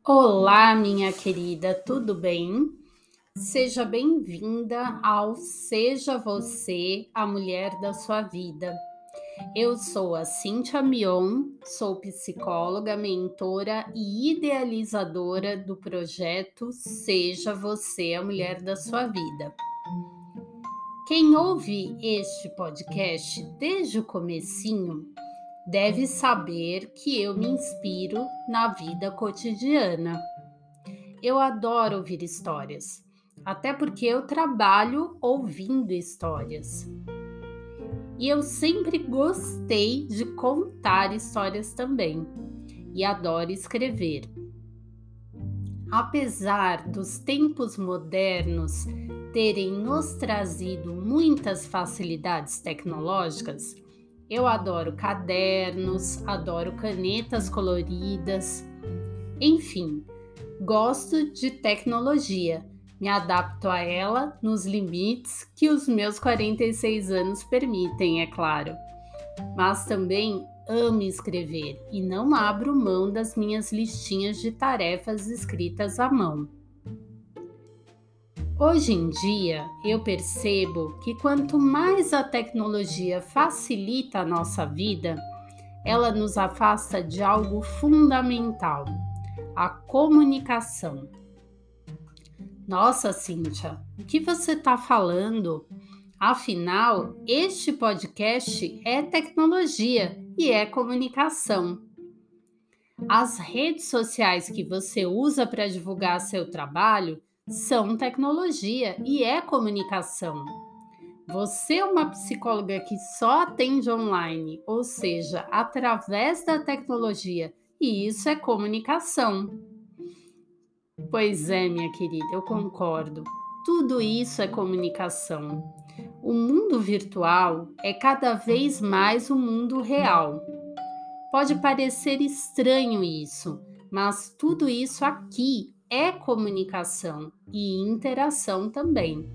Olá, minha querida, tudo bem? Seja bem-vinda ao Seja Você a Mulher da Sua Vida. Eu sou a Cíntia Mion, sou psicóloga, mentora e idealizadora do projeto Seja Você a Mulher da Sua Vida. Quem ouve este podcast desde o comecinho deve saber que eu me inspiro na vida cotidiana. Eu adoro ouvir histórias, até porque eu trabalho ouvindo histórias. E eu sempre gostei de contar histórias também, e adoro escrever. Apesar dos tempos modernos terem nos trazido muitas facilidades tecnológicas, eu adoro cadernos, adoro canetas coloridas, enfim. Gosto de tecnologia, me adapto a ela nos limites que os meus 46 anos permitem, é claro. Mas também amo escrever e não abro mão das minhas listinhas de tarefas escritas à mão. Hoje em dia, eu percebo que quanto mais a tecnologia facilita a nossa vida, ela nos afasta de algo fundamental: a comunicação. Nossa, Cíntia, o que você está falando? Afinal, este podcast é tecnologia e é comunicação. As redes sociais que você usa para divulgar seu trabalho são tecnologia e é comunicação. Você é uma psicóloga que só atende online, ou seja, através da tecnologia, e isso é comunicação. Pois é, minha querida, eu concordo. Tudo isso é comunicação. O mundo virtual é cada vez mais o mundo real. Pode parecer estranho isso, mas tudo isso aqui é comunicação e interação também.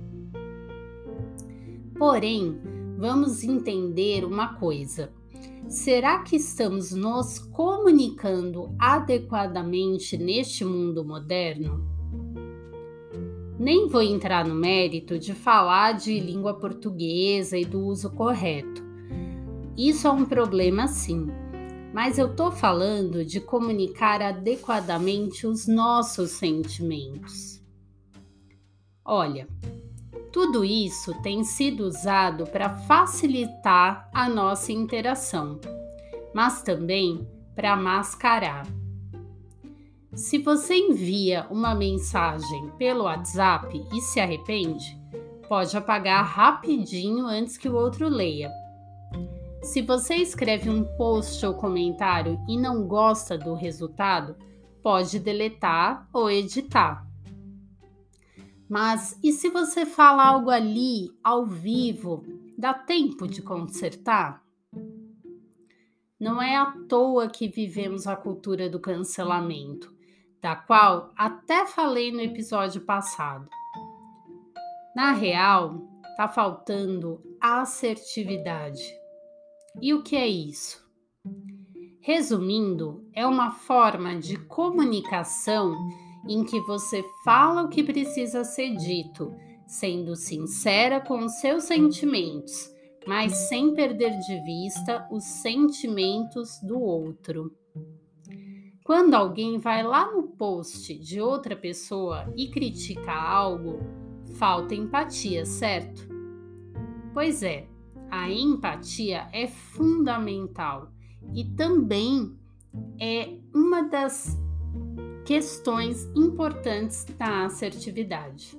Porém, vamos entender uma coisa. Será que estamos nos comunicando adequadamente neste mundo moderno? Nem vou entrar no mérito de falar de língua portuguesa e do uso correto. Isso é um problema sim, mas eu tô falando de comunicar adequadamente os nossos sentimentos. Olha, tudo isso tem sido usado para facilitar a nossa interação, mas também para mascarar. Se você envia uma mensagem pelo WhatsApp e se arrepende, pode apagar rapidinho antes que o outro leia. Se você escreve um post ou comentário e não gosta do resultado, pode deletar ou editar. Mas e se você fala algo ali, ao vivo, dá tempo de consertar? Não é à toa que vivemos a cultura do cancelamento, da qual até falei no episódio passado. Na real, tá faltando assertividade. E o que é isso? Resumindo, é uma forma de comunicação em que você fala o que precisa ser dito, sendo sincera com os seus sentimentos, mas sem perder de vista os sentimentos do outro. Quando alguém vai lá no post de outra pessoa e critica algo, falta empatia, certo? Pois é, a empatia é fundamental e também é uma das questões importantes da assertividade.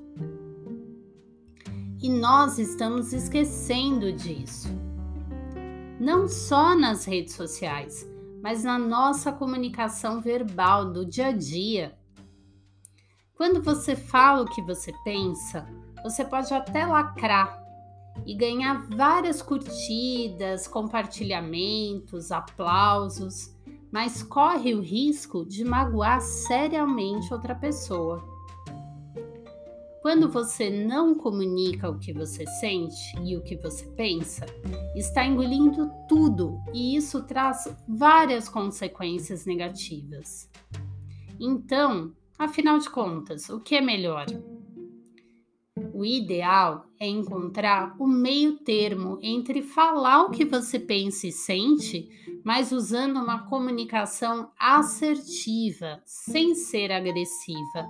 E nós estamos esquecendo disso. Não só nas redes sociais, mas na nossa comunicação verbal do dia a dia. Quando você fala o que você pensa, você pode até lacrar e ganhar várias curtidas, compartilhamentos, aplausos, mas corre o risco de magoar seriamente outra pessoa. Quando você não comunica o que você sente e o que você pensa, está engolindo tudo e isso traz várias consequências negativas. Então, afinal de contas, o que é melhor? O ideal é encontrar o meio termo entre falar o que você pensa e sente, mas usando uma comunicação assertiva, sem ser agressiva.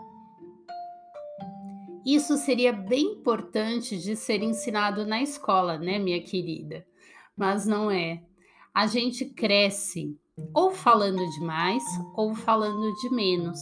Isso seria bem importante de ser ensinado na escola, né, minha querida? Mas não é. A gente cresce ou falando demais ou falando de menos.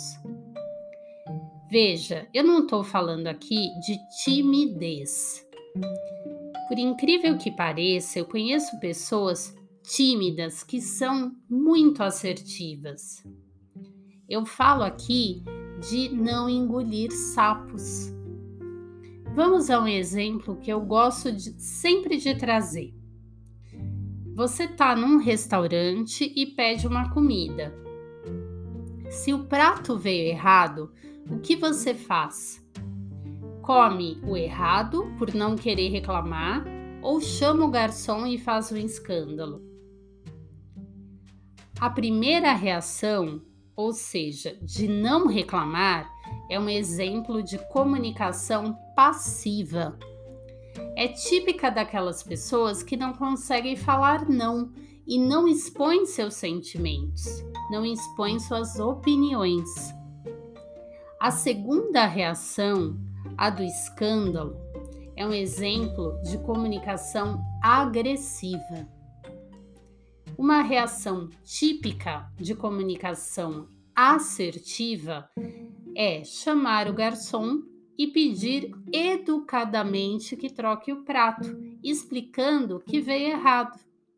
Veja, eu não estou falando aqui de timidez. Por incrível que pareça, eu conheço pessoas tímidas que são muito assertivas. Eu falo aqui de não engolir sapos. Vamos a um exemplo que eu gosto sempre de trazer. Você está num restaurante e pede uma comida. Se o prato veio errado, o que você faz? Come o errado por não querer reclamar ou chama o garçom e faz um escândalo? A primeira reação, ou seja, de não reclamar, é um exemplo de comunicação passiva. É típica daquelas pessoas que não conseguem falar não e não expõem seus sentimentos, não expõem suas opiniões. A segunda reação, a do escândalo, é um exemplo de comunicação agressiva. Uma reação típica de comunicação assertiva é chamar o garçom e pedir educadamente que troque o prato, explicando que veio errado.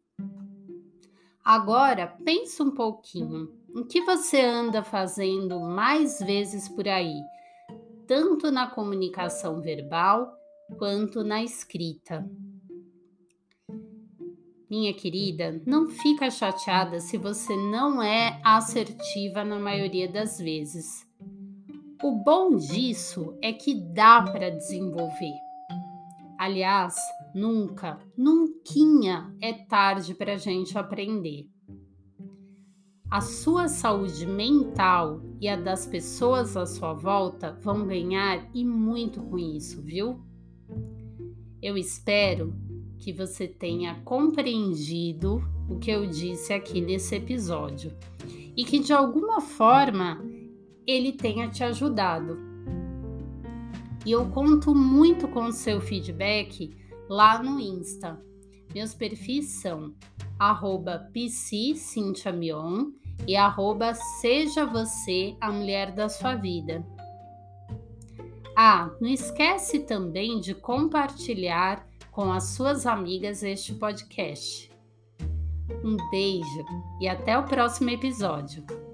Agora, pensa um pouquinho. O que você anda fazendo mais vezes por aí, tanto na comunicação verbal quanto na escrita? Minha querida, não fica chateada se você não é assertiva na maioria das vezes. O bom disso é que dá para desenvolver. Aliás, nunca é tarde para a gente aprender. A sua saúde mental e a das pessoas à sua volta vão ganhar e muito com isso, viu? Eu espero que você tenha compreendido o que eu disse aqui nesse episódio e que de alguma forma ele tenha te ajudado. E eu conto muito com o seu feedback lá no Insta. Meus perfis são @psicintiamion e @seja você a mulher da sua vida. Não esquece também de compartilhar com as suas amigas este podcast. Um beijo e até o próximo episódio.